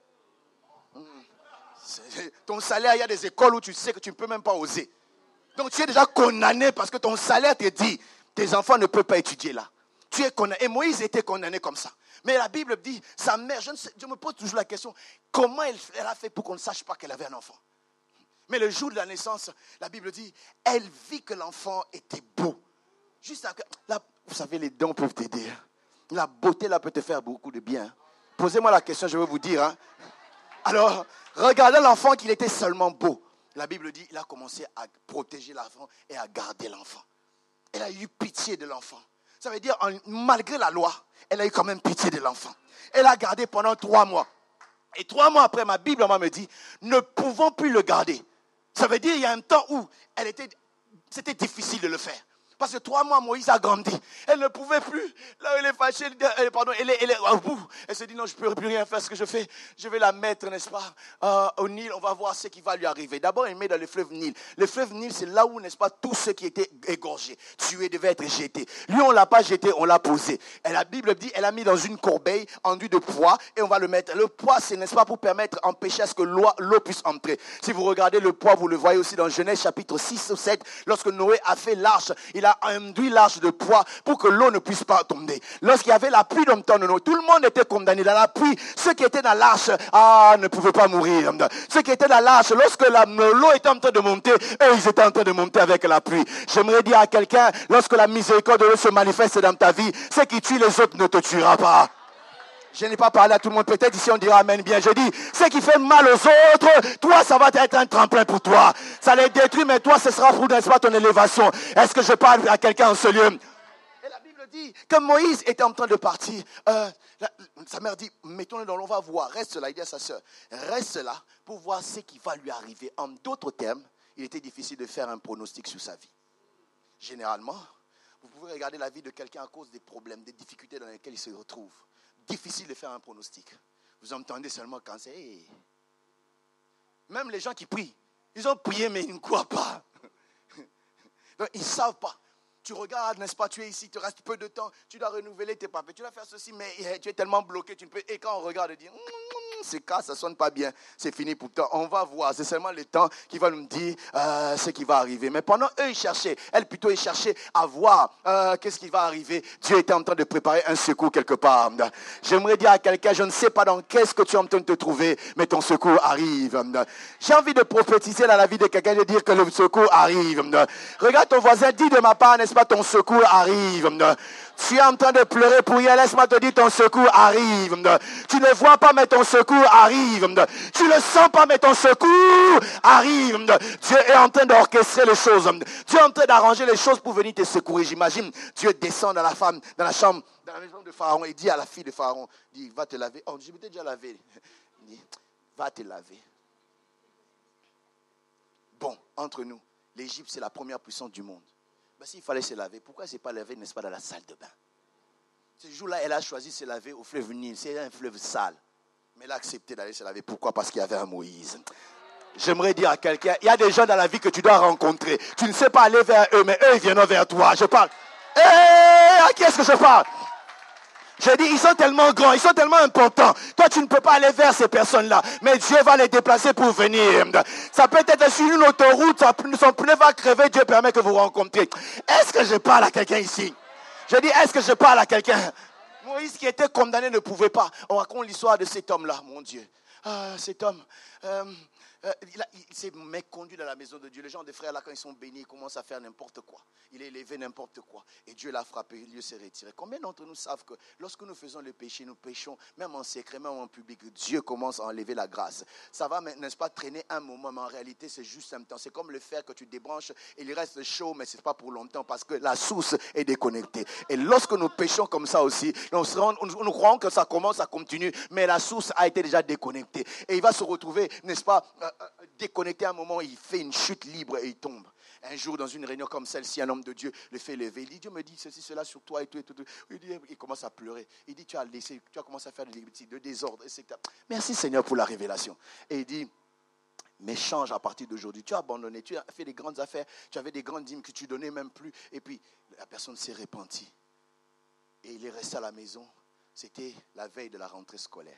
Ton salaire, il y a des écoles où tu sais que tu ne peux même pas oser. Donc, tu es déjà condamné parce que ton salaire te dit, tes enfants ne peuvent pas étudier là. Tu es condamné. Et Moïse était condamné comme ça. Mais la Bible dit, sa mère, je, ne sais, je me pose toujours la question, comment elle, elle a fait pour qu'on ne sache pas qu'elle avait un enfant? Mais le jour de la naissance, la Bible dit, elle vit que l'enfant était beau. Juste à, là, vous savez, les dons peuvent t'aider. La beauté, là, peut te faire beaucoup de bien. Posez-moi la question, je vais vous dire. Hein. Alors, regardez l'enfant qu'il était seulement beau. La Bible dit, il a commencé à protéger l'enfant et à garder l'enfant. Elle a eu pitié de l'enfant. Ça veut dire, malgré la loi, elle a eu quand même pitié de l'enfant. Elle l'a gardé pendant trois mois. Et trois mois après, ma Bible me dit, ne pouvons plus le garder. Ça veut dire, il y a un temps où elle était, c'était difficile de le faire. Parce que trois mois, Moïse a grandi. Elle ne pouvait plus. Là, elle est fâchée. Elle, pardon, elle est, elle est au bout. Elle se dit, non, je ne peux plus rien faire. Ce que je fais, je vais la mettre, n'est-ce pas, euh, au Nil. On va voir ce qui va lui arriver. D'abord, elle met dans le fleuve Nil. Le fleuve Nil, c'est là où, n'est-ce pas, tous ceux qui étaient égorgés, tués, devaient être jetés. Lui, on ne l'a pas jeté, on l'a posé. Et la Bible dit, elle a mis dans une corbeille enduite de poids et on va le mettre. Le poids, c'est, n'est-ce pas, pour permettre, empêcher à ce que l'eau, l'eau puisse entrer. Si vous regardez le poids, vous le voyez aussi dans Genèse chapitre six ou sept, lorsque Noé a fait l'arche, il a enduit l'arche de poids pour que l'eau ne puisse pas tomber. Lorsqu'il y avait la pluie dans le temps de Noé, tout le monde était condamné. Dans la pluie, ceux qui étaient dans l'arche ah, ne pouvaient pas mourir. Ceux qui étaient dans l'arche, lorsque la, l'eau était en train de monter, eux, ils étaient en train de monter avec la pluie. J'aimerais dire à quelqu'un, lorsque la miséricorde de Dieu se manifeste dans ta vie, ce qui tue les autres ne te tuera pas. Je n'ai pas parlé à tout le monde. Peut-être ici on dira amen bien. Je dis, ce qui fait mal aux autres, toi, ça va être un tremplin pour toi. Ça les détruit, mais toi, ce sera pour, n'est-ce pas, ton élévation. Est-ce que je parle à quelqu'un en ce lieu? Et la Bible dit que Moïse était en train de partir. Euh, la, sa mère dit, mettons-le dans l'eau, on va voir. Reste là, il dit à sa soeur, reste là pour voir ce qui va lui arriver. En d'autres termes, il était difficile de faire un pronostic sur sa vie. Généralement, vous pouvez regarder la vie de quelqu'un à cause des problèmes, des difficultés dans lesquelles il se retrouve. Difficile de faire un pronostic. Vous entendez seulement quand c'est... Hey. Même les gens qui prient, ils ont prié mais ils ne croient pas. Donc, ils ne savent pas. Tu regardes, n'est-ce pas, tu es ici, il te reste peu de temps, tu dois renouveler tes papiers, tu dois faire ceci, mais tu es tellement bloqué, tu ne peux... Et quand on regarde, on dit, c'est cas, ça ne sonne pas bien, c'est fini pour toi. On va voir, c'est seulement le temps qui va nous dire euh, ce qui va arriver. Mais pendant eux, ils cherchaient, elle plutôt, ils cherchaient à voir euh, qu'est-ce qui va arriver. Dieu était en train de préparer un secours quelque part. J'aimerais dire à quelqu'un, je ne sais pas dans qu'est-ce que tu es en train de te trouver, mais ton secours arrive. J'ai envie de prophétiser dans la vie de quelqu'un, de dire que le secours arrive. Regarde ton voisin, dis de ma part, n'est-ce pas, ton secours arrive. Tu es en train de pleurer pour rien, laisse-moi te dire, ton secours arrive. Tu ne vois pas, mais ton secours arrive. Tu ne sens pas, mais ton secours arrive. Dieu est en train d'orchestrer les choses. Dieu est en train d'arranger les choses pour venir te secourir. J'imagine, Dieu descend dans la femme, dans la chambre, dans la maison de Pharaon et dit à la fille de Pharaon, dit, va te laver. Oh, je m'étais déjà lavé. Il dit, va te laver. Bon, entre nous, l'Égypte, c'est la première puissance du monde. Ben, s'il fallait se laver, pourquoi c'est pas lavé, n'est-ce pas, dans la salle de bain? Ce jour-là, elle a choisi de se laver au fleuve Nil. C'est un fleuve sale. Mais elle a accepté d'aller se laver. Pourquoi? Parce qu'il y avait un Moïse. J'aimerais dire à quelqu'un, il y a des gens dans la vie que tu dois rencontrer. Tu ne sais pas aller vers eux, mais eux, ils viennent vers toi. Je parle. Hé, à qui est-ce que je parle? Je dis, ils sont tellement grands, ils sont tellement importants. Toi, tu ne peux pas aller vers ces personnes-là. Mais Dieu va les déplacer pour venir. Ça peut être sur une autoroute, son pneu va crever, Dieu permet que vous rencontriez. Est-ce que je parle à quelqu'un ici? Je dis, est-ce que je parle à quelqu'un? Moïse qui était condamné ne pouvait pas. On raconte l'histoire de cet homme-là, mon Dieu. Ah, cet homme... Euh, Euh, il, a, il s'est méconduit dans la maison de Dieu. Les gens des frères là, quand ils sont bénis, ils commencent à faire n'importe quoi. Il est élevé n'importe quoi. Et Dieu l'a frappé, Dieu s'est retiré. Combien d'entre nous savent que lorsque nous faisons le péché, nous péchons, même en secret, même en public, Dieu commence à enlever la grâce. Ça va, n'est-ce pas, traîner un moment, mais en réalité, c'est juste un temps. C'est comme le fer que tu débranches, et il reste chaud, mais ce n'est pas pour longtemps, parce que la source est déconnectée. Et lorsque nous péchons comme ça aussi, on se rend, nous croyons que ça commence, ça continue, mais la source a été déjà déconnectée. Et il va se retrouver, n'est-ce pas, euh, déconnecté à un moment, il fait une chute libre et il tombe. Un jour, dans une réunion comme celle-ci, un homme de Dieu le fait lever. Il dit, Dieu me dit ceci, cela sur toi et tout, et tout, et tout. Il, dit, il commence à pleurer. Il dit, tu as laissé, tu as commencé à faire de désordre, et cetera. Merci Seigneur pour la révélation. Et il dit, mais change à partir d'aujourd'hui. Tu as abandonné, tu as fait des grandes affaires, tu avais des grandes dîmes que tu donnais même plus. Et puis, la personne s'est repentie. Et il est resté à la maison. C'était la veille de la rentrée scolaire.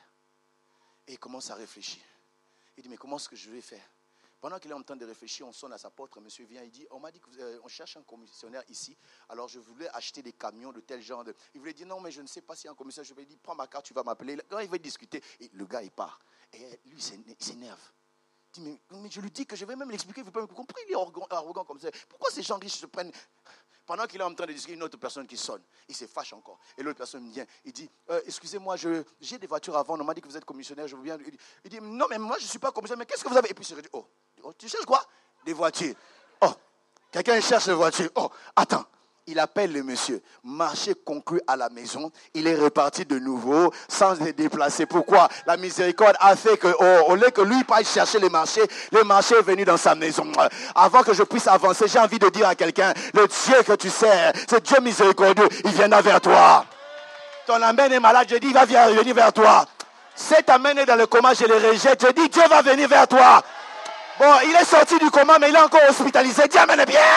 Et il commence à réfléchir. Il dit, mais comment est-ce que je vais faire? Pendant qu'il est en train de réfléchir, on sonne à sa porte, un monsieur vient, il dit, on m'a dit qu'on euh, cherche un commissionnaire ici, alors je voulais acheter des camions de tel genre. De... Il voulait dire, non, mais je ne sais pas s'il y a un commissionnaire. Je lui ai dit, prends ma carte, tu vas m'appeler. Quand il veut discuter, et le gars, il part. Et lui, il s'énerve. Il dit, mais, mais je lui dis que je vais même l'expliquer, vous pouvez me comprendre, il est arrogant, arrogant comme ça. Pourquoi ces gens riches se prennent... Pendant qu'il est en train de discuter, une autre personne qui sonne, il se fâche encore. Et l'autre personne vient, il dit, euh, excusez-moi, je, j'ai des voitures avant, on m'a dit que vous êtes commissionnaire, je veux bien. Il dit, il dit non, mais moi je ne suis pas commissionnaire, mais qu'est-ce que vous avez? Et puis il se dit, oh, oh, tu cherches quoi? Des voitures. Oh, quelqu'un cherche des voitures. Oh, attends. Il appelle le monsieur. Marché conclu à la maison. Il est reparti de nouveau sans se déplacer. Pourquoi? La miséricorde a fait que, oh, au lieu que lui passe chercher le marché, le marché est venu dans sa maison. Avant que je puisse avancer, j'ai envie de dire à quelqu'un, le Dieu que tu sers, c'est Dieu miséricordieux, il viendra vers toi. Ton amène est malade, je dis, il va venir vers toi. Cet amène est dans le coma, je le rejette, je dis, Dieu va venir vers toi. Bon, il est sorti du coma, mais il est encore hospitalisé. Dieu amène bien.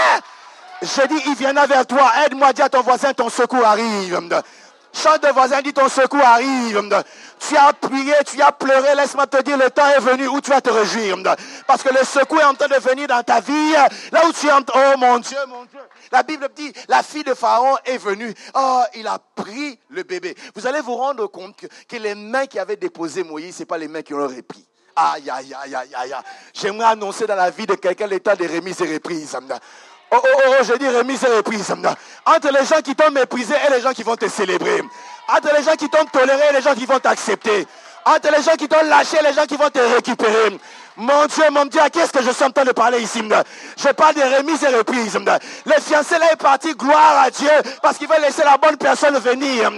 Je dis, il viendra vers toi. Aide-moi, dis à ton voisin, ton secours arrive. Chante de voisin, dis ton secours arrive. Tu as prié, tu as pleuré, laisse-moi te dire, le temps est venu où tu vas te réjouir. Parce que le secours est en train de venir dans ta vie. Là où tu es en train, oh mon Dieu, mon Dieu. La Bible dit, la fille de Pharaon est venue. Oh, il a pris le bébé. Vous allez vous rendre compte que, que les mains qui avaient déposé Moïse, ce n'est pas les mains qui l'auraient pris. Aïe, aïe, aïe, aïe, aïe. J'aimerais annoncer dans la vie de quelqu'un l'état de remise et reprise. Oh, oh, oh, je dis remise et reprise. Entre les gens qui t'ont méprisé et les gens qui vont te célébrer. Entre les gens qui t'ont toléré et les gens qui vont t'accepter. Entre les gens qui t'ont lâché et les gens qui vont te récupérer. Mon Dieu, mon Dieu, à qui est-ce que je suis en train de parler ici? Je parle de remise et reprise. Le fiancé là est parti, gloire à Dieu, parce qu'il veut laisser la bonne personne venir.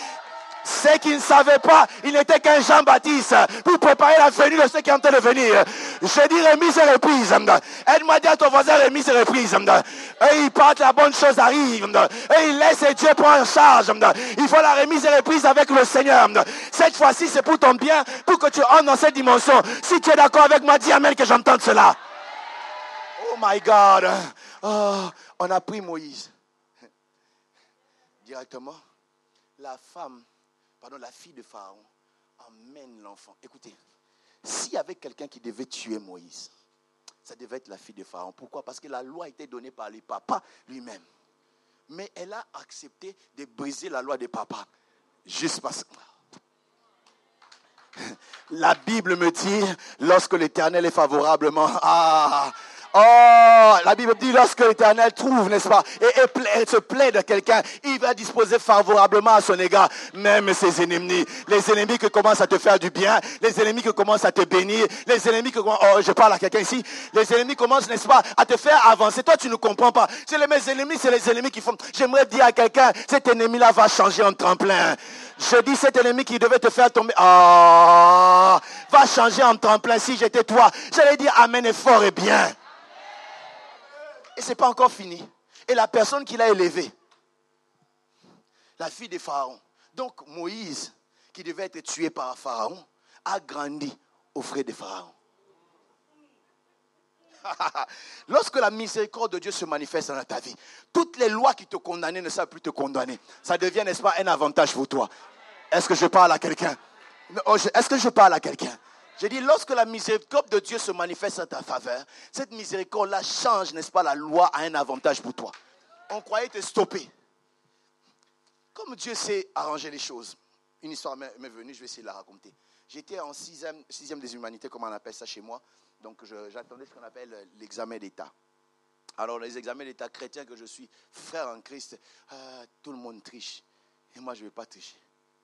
Ceux qui ne savaient pas, il n'était qu'un Jean-Baptiste pour préparer la venue de ceux qui sont en train de venir. Je dis remise et reprise. Aide-moi à dire à ton voisin remise et reprise. Et il part, la bonne chose arrive. Et il laisse et Dieu prend en charge. Il faut la remise et reprise avec le Seigneur. Cette fois-ci, c'est pour ton bien, pour que tu entres dans cette dimension. Si tu es d'accord avec moi, dis amen que j'entende cela. Oh my God. Oh, on a pris Moïse. Directement, la femme, pardon, la fille de Pharaon emmène l'enfant. Écoutez, s'il y avait quelqu'un qui devait tuer Moïse, ça devait être la fille de Pharaon. Pourquoi? Parce que la loi était donnée par le papa lui-même. Mais elle a accepté de briser la loi de papa. Juste parce que... La Bible me dit, lorsque l'Éternel est favorablement... Ah, oh, la Bible dit, lorsque l'Éternel trouve, n'est-ce pas, et, et, et se plaît de quelqu'un, il va disposer favorablement à son égard, même ses ennemis. Les ennemis qui commencent à te faire du bien, les ennemis qui commencent à te bénir, les ennemis qui... Oh, je parle à quelqu'un ici. Les ennemis commencent, n'est-ce pas, à te faire avancer. Toi, tu ne comprends pas. C'est les mes ennemis, c'est les ennemis qui font... J'aimerais dire à quelqu'un, cet ennemi-là va changer en tremplin. Je dis, cet ennemi qui devait te faire tomber, oh, va changer en tremplin. Si j'étais toi, j'allais dire amen et fort et bien. Et ce n'est pas encore fini. Et la personne qui l'a élevé, la fille de Pharaon. Donc Moïse, qui devait être tué par Pharaon, a grandi au frais de Pharaon. Lorsque la miséricorde de Dieu se manifeste dans ta vie, toutes les lois qui te condamnaient ne savent plus te condamner. Ça devient, n'est-ce pas, un avantage pour toi. Est-ce que je parle à quelqu'un? Est-ce que je parle à quelqu'un? J'ai dit, lorsque la miséricorde de Dieu se manifeste en ta faveur, cette miséricorde-là change, n'est-ce pas, la loi à un avantage pour toi. On croyait te stopper. Comme Dieu sait arranger les choses, une histoire m'est venue, je vais essayer de la raconter. J'étais en sixième, sixième des humanités, comme on appelle ça chez moi. Donc je, j'attendais ce qu'on appelle l'examen d'État. Alors les examens d'État chrétiens que je suis, frère en Christ, euh, tout le monde triche. Et moi je ne vais pas tricher.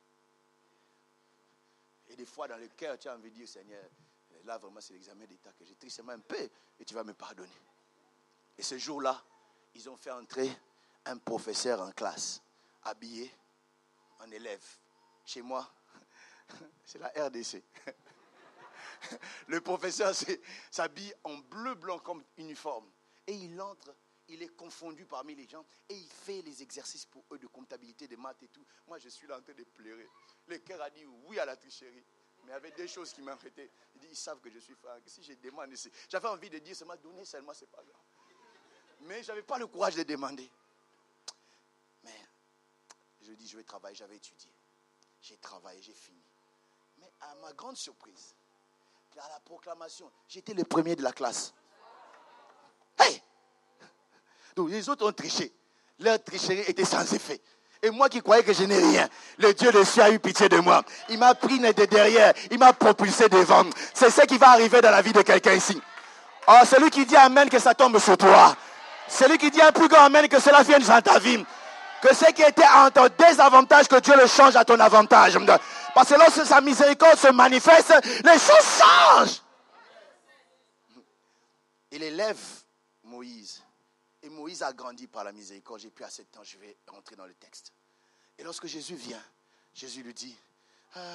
Et des fois dans le cœur, tu as envie de dire, Seigneur, là vraiment c'est l'examen d'État que j'ai triché un peu et tu vas me pardonner. Et ce jour-là, ils ont fait entrer un professeur en classe, habillé en élève. Chez moi, c'est la R D C. Le professeur s'habille en bleu-blanc comme uniforme. Et il entre, il est confondu parmi les gens. Et il fait les exercices pour eux de comptabilité, de maths et tout. Moi, je suis là en train de pleurer. Le cœur a dit oui à la tricherie. Mais il y avait des choses qui m'arrêtaient. Il dit, ils savent que je suis frère. Si je demande, j'avais envie de dire, ça m'a donné seulement, c'est pas grave. Mais je n'avais pas le courage de demander. Mais je dis, je vais travailler, j'avais étudié. J'ai travaillé, j'ai fini. Mais à ma grande surprise, à la proclamation, j'étais le premier de la classe. Hey! Donc les autres ont triché. Leur tricherie était sans effet. Et moi qui croyais que je n'ai rien, le Dieu de ciel a eu pitié de moi. Il m'a pris de derrière, il m'a propulsé devant. C'est ce qui va arriver dans la vie de quelqu'un ici. Oh, celui qui dit amen, que ça tombe sur toi. Celui qui dit un plus grand amen, que cela vienne dans ta vie. Que ce qui était en ton désavantage, que Dieu le change à ton avantage. Parce que lorsque sa miséricorde se manifeste, les choses changent. Il élève Moïse. Et Moïse a grandi par la miséricorde. J'ai plus assez de temps, je vais rentrer dans le texte. Et lorsque Jésus vient, Jésus lui dit, ah,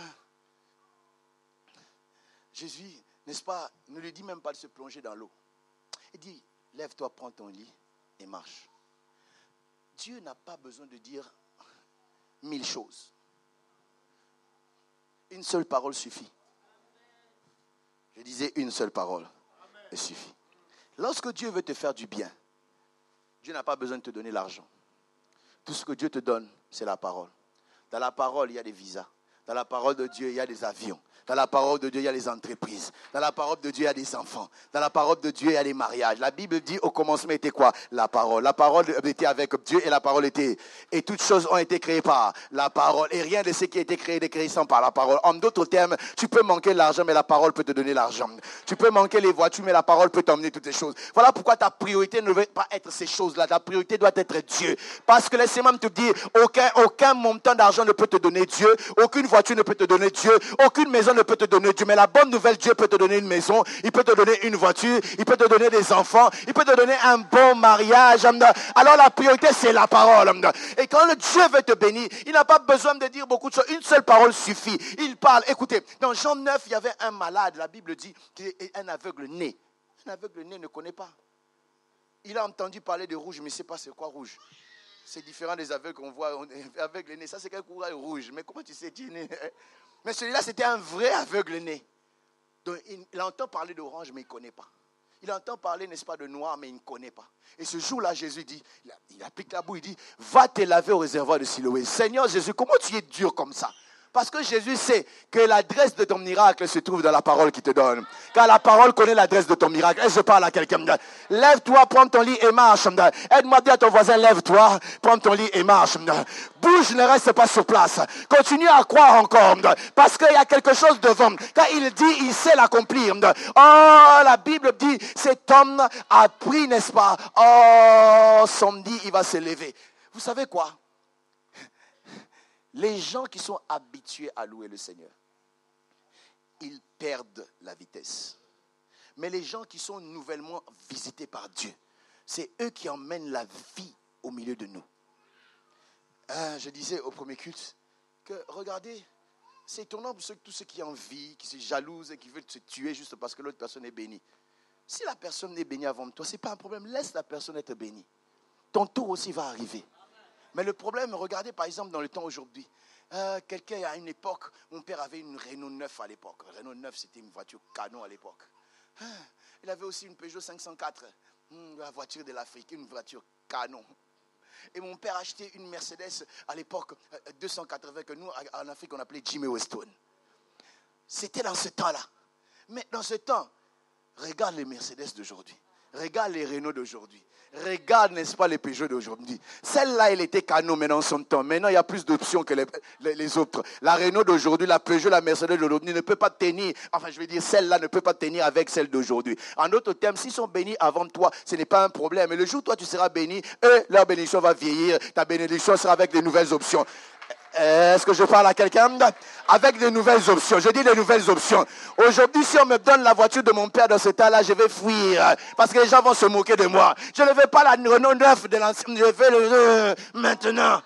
Jésus, n'est-ce pas, ne lui dit même pas de se plonger dans l'eau. Il dit, lève-toi, prends ton lit et marche. Dieu n'a pas besoin de dire mille choses. Une seule parole suffit. Je disais une seule parole. Elle suffit. Lorsque Dieu veut te faire du bien, Dieu n'a pas besoin de te donner l'argent. Tout ce que Dieu te donne, c'est la parole. Dans la parole, il y a des visas. Dans la parole de Dieu, il y a des avions. Dans la parole de Dieu, il y a des entreprises. Dans la parole de Dieu, il y a des enfants. Dans la parole de Dieu, il y a des mariages. La Bible dit, au commencement était quoi? La parole. La parole était avec Dieu et la parole était. Et toutes choses ont été créées par la parole. Et rien de ce qui a été créé n'est créé sans par la parole. En d'autres termes, tu peux manquer l'argent, mais la parole peut te donner l'argent. Tu peux manquer les voitures, mais la parole peut t'emmener toutes ces choses. Voilà pourquoi ta priorité ne doit pas être ces choses-là. Ta priorité doit être Dieu. Parce que laissez-moi te dire, aucun, aucun montant d'argent ne peut te donner Dieu. Aucune voiture ne peut te donner Dieu. Aucune maison ne peut te donner Dieu. Mais la bonne nouvelle, Dieu peut te donner une maison, il peut te donner une voiture, il peut te donner des enfants, il peut te donner un bon mariage. Alors la priorité, c'est la parole. Et quand le Dieu veut te bénir, il n'a pas besoin de dire beaucoup de choses. Une seule parole suffit. Il parle. Écoutez, dans Jean neuf, il y avait un malade. La Bible dit qu'il est un aveugle né. Un aveugle né ne connaît pas. Il a entendu parler de rouge, mais il ne sait pas c'est quoi rouge. C'est différent des aveugles qu'on voit. Aveugle né, ça c'est quel courage rouge. Mais comment tu sais tu es né? Mais celui-là, c'était un vrai aveugle né. Donc, il, il entend parler d'orange, mais il ne connaît pas. Il entend parler, n'est-ce pas, de noir, mais il ne connaît pas. Et ce jour-là, Jésus dit, il, il applique la boue, il dit, va te laver au réservoir de Siloé. Seigneur Jésus, comment tu es dur comme ça? Parce que Jésus sait que l'adresse de ton miracle se trouve dans la parole qu'il te donne. Car la parole connaît l'adresse de ton miracle. Et je parle à quelqu'un. Lève-toi, prends ton lit et marche. Aide-moi à dire à ton voisin, lève-toi, prends ton lit et marche. Bouge, ne reste pas sur place. Continue à croire encore. Parce qu'il y a quelque chose devant. Quand il dit, il sait l'accomplir. Oh, la Bible dit, cet homme a pris, n'est-ce pas? Oh, samedi, il va se lever. Vous savez quoi? Les gens qui sont habitués à louer le Seigneur, ils perdent la vitesse. Mais les gens qui sont nouvellement visités par Dieu, c'est eux qui emmènent la vie au milieu de nous. Euh, je disais au premier culte que, regardez, c'est étonnant pour ceux, tous ceux qui envient, qui se jalousent et qui veulent se tuer juste parce que l'autre personne est bénie. Si la personne est bénie avant toi, ce n'est pas un problème. Laisse la personne être bénie. Ton tour aussi va arriver. Mais le problème, regardez par exemple dans le temps aujourd'hui. Euh, quelqu'un à une époque, mon père avait une Renault neuf à l'époque. Renault neuf, c'était une voiture canon à l'époque. Il avait aussi une Peugeot cinq cent quatre. Hum, la voiture de l'Afrique, une voiture canon. Et mon père a acheté une Mercedes à l'époque deux cent quatre-vingts que nous, en Afrique, on appelait Jimmy Weston. C'était dans ce temps-là. Mais dans ce temps, regarde les Mercedes d'aujourd'hui. Regarde les Renault d'aujourd'hui. Regarde, n'est-ce pas, les Peugeot d'aujourd'hui. Celle-là, elle était canon, mais dans son temps. Maintenant, il y a plus d'options que les, les, les autres. La Renault d'aujourd'hui, la Peugeot, la Mercedes d'aujourd'hui ne peut pas tenir. Enfin, je veux dire, celle-là ne peut pas tenir avec celle d'aujourd'hui. En d'autres termes, s'ils sont bénis avant toi, ce n'est pas un problème. Et le jour où toi, tu seras béni, eux, leur bénédiction va vieillir. Ta bénédiction sera avec des nouvelles options. Est-ce que je parle à quelqu'un? Avec de nouvelles options. Je dis de nouvelles options. Aujourd'hui, si on me donne la voiture de mon père dans ce temps-là, je vais fuir. Parce que les gens vont se moquer de moi. Je ne veux pas la Renault neuf de l'ancien. Je veux le euh, maintenant.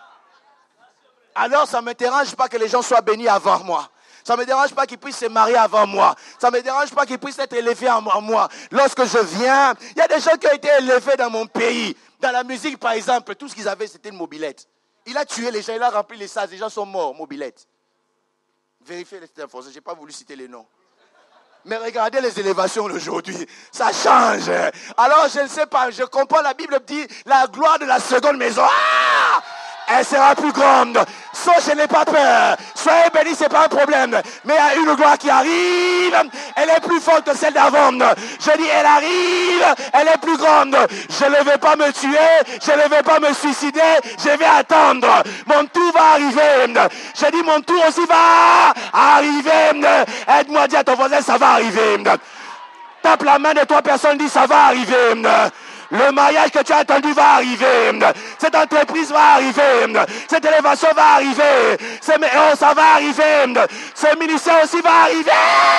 Alors, ça ne me dérange pas que les gens soient bénis avant moi. Ça ne me dérange pas qu'ils puissent se marier avant moi. Ça ne me dérange pas qu'ils puissent être élevés en moi. Lorsque je viens, il y a des gens qui ont été élevés dans mon pays. Dans la musique, par exemple, tout ce qu'ils avaient, c'était une mobilette. Il a tué les gens, il a rempli les salles, les gens sont morts, mobilette. Vérifiez les informations, je n'ai pas voulu citer les noms. Mais regardez les élévations d'aujourd'hui, ça change. Alors je ne sais pas, je comprends, la Bible dit, la gloire de la seconde maison, ah, elle sera plus grande. Soit je n'ai pas peur, soyez bénis, ce n'est pas un problème. Mais il y a une gloire qui arrive, elle est plus forte que celle d'avant. Je dis, elle arrive, elle est plus grande. Je ne vais pas me tuer, je ne vais pas me suicider, je vais attendre. Mon tour va arriver. Je dis, mon tour aussi va arriver. Aide-moi à dire à ton voisin, ça va arriver. Tape la main de trois personnes, dis, ça va arriver. Le mariage que tu as attendu va arriver. Cette entreprise va arriver. Cette élévation va arriver. Oh, ça va arriver. Ce ministère aussi va arriver.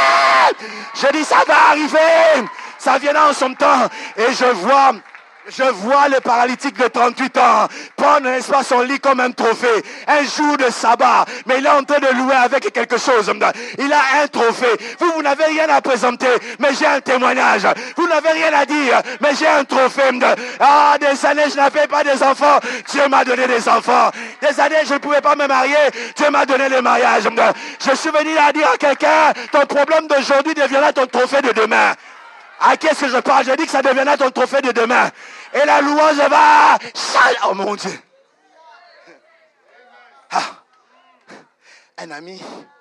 Je dis ça va arriver. Ça viendra en son temps. Et je vois... Je vois le paralytique de trente-huit ans prendre, n'est-ce pas, son lit comme un trophée. Un jour de sabbat. Mais il est en train de louer avec quelque chose. Il a un trophée. Vous, vous n'avez rien à présenter, mais j'ai un témoignage. Vous n'avez rien à dire, mais j'ai un trophée. Ah, des années, je n'avais pas des enfants. Dieu m'a donné des enfants. Des années, je ne pouvais pas me marier. Dieu m'a donné le mariage. Je suis venu à dire à quelqu'un, ton problème d'aujourd'hui deviendra ton trophée de demain. À qui est-ce que je parle? Je dis que ça deviendra ton trophée de demain. Et la louange va... Oh mon Dieu. Ah. Un ami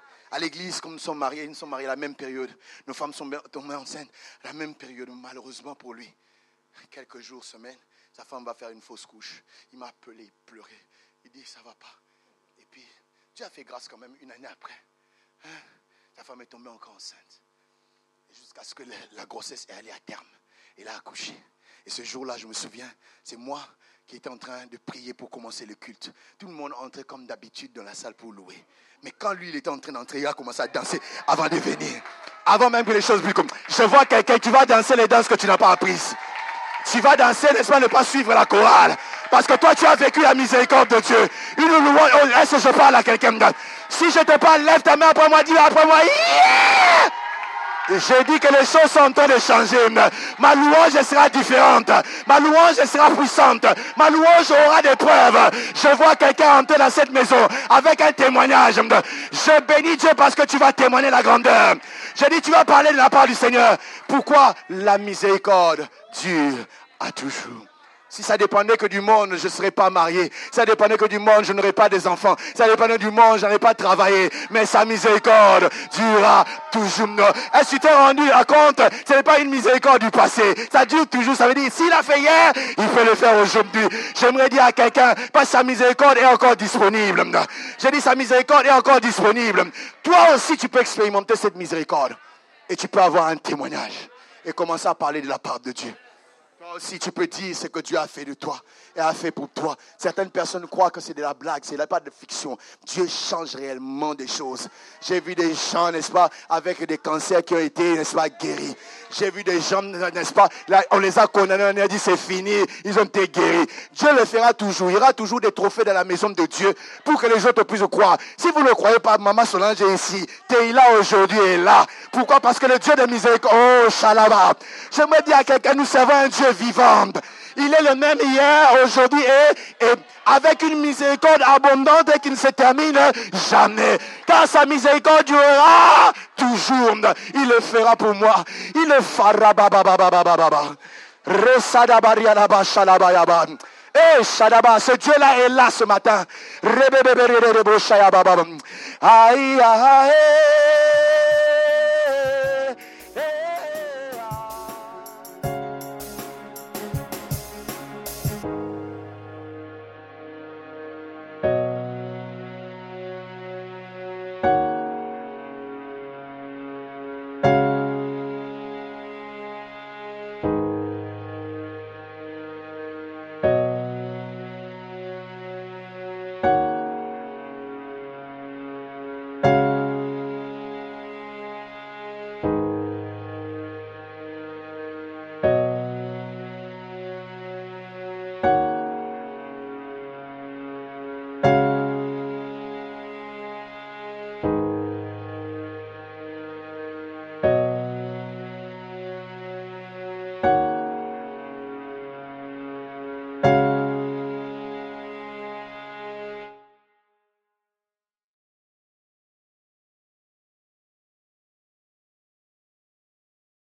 à l'église, comme nous sommes mariés, nous sommes mariés à la même période. Nos femmes sont tombées enceintes à la même période. Malheureusement pour lui, quelques jours, semaines, sa femme va faire une fausse couche. Il m'a appelé, il pleurait. Il dit, ça ne va pas. Et puis, Dieu a fait grâce quand même une année après. Hein? Sa femme est tombée encore enceinte. Jusqu'à ce que la grossesse est allée à terme. Elle a accouché. Et ce jour-là, je me souviens, c'est moi qui étais en train de prier pour commencer le culte. Tout le monde entrait comme d'habitude dans la salle pour louer. Mais quand lui, il était en train d'entrer, il a commencé à danser avant de venir. Avant même que les choses brillent comme... Je vois quelqu'un qui va danser les danses que tu n'as pas apprises. Tu vas danser, n'est-ce pas, ne pas suivre la chorale. Parce que toi, tu as vécu la miséricorde de Dieu. Une louange, oh, est-ce que je parle à quelqu'un d'autre? Si je te parle, lève ta main après moi, dis après moi, yeah! J'ai dit que les choses sont en train de changer. Ma louange sera différente. Ma louange sera puissante. Ma louange aura des preuves. Je vois quelqu'un entrer dans cette maison avec un témoignage. Je bénis Dieu parce que tu vas témoigner la grandeur. Je dis tu vas parler de la part du Seigneur. Pourquoi? La miséricorde dure à toujours. Si ça dépendait que du monde, je ne serais pas marié. Si ça dépendait que du monde, je n'aurais pas des enfants. Si ça dépendait du monde, je n'aurais pas travaillé. Mais sa miséricorde durera toujours. Est-ce que tu t'es rendu à compte? Ce n'est pas une miséricorde du passé. Ça dure toujours. Ça veut dire, s'il a fait hier, il peut le faire aujourd'hui. J'aimerais dire à quelqu'un, parce que sa miséricorde est encore disponible. J'ai dit, sa miséricorde est encore disponible. Toi aussi, tu peux expérimenter cette miséricorde. Et tu peux avoir un témoignage. Et commencer à parler de la part de Dieu. Toi aussi, tu peux dire ce que Dieu a fait de toi et a fait pour toi. Certaines personnes croient que c'est de la blague, c'est pas de fiction. Dieu change réellement des choses. J'ai vu des gens, n'est-ce pas, avec des cancers qui ont été, n'est-ce pas, guéris. J'ai vu des gens, n'est-ce pas, là, on les a condamnés, on a dit c'est fini, ils ont été guéris. Dieu le fera toujours. Il y aura toujours des trophées dans la maison de Dieu pour que les autres puissent croire. Si vous ne le croyez pas, Maman Solange est ici. Teila aujourd'hui est là. Pourquoi? Parce que le Dieu de miséricorde, oh, Shalaba. J'aimerais dire à quelqu'un, nous servons un Dieu vivant. Il est le même hier, aujourd'hui et, et avec une miséricorde abondante et qui ne se termine jamais. Car sa miséricorde durera toujours. Il le fera pour moi. Il le fera. Eh, Shadaba, ce Dieu-là est là ce matin. Aïe, aïe, aïe.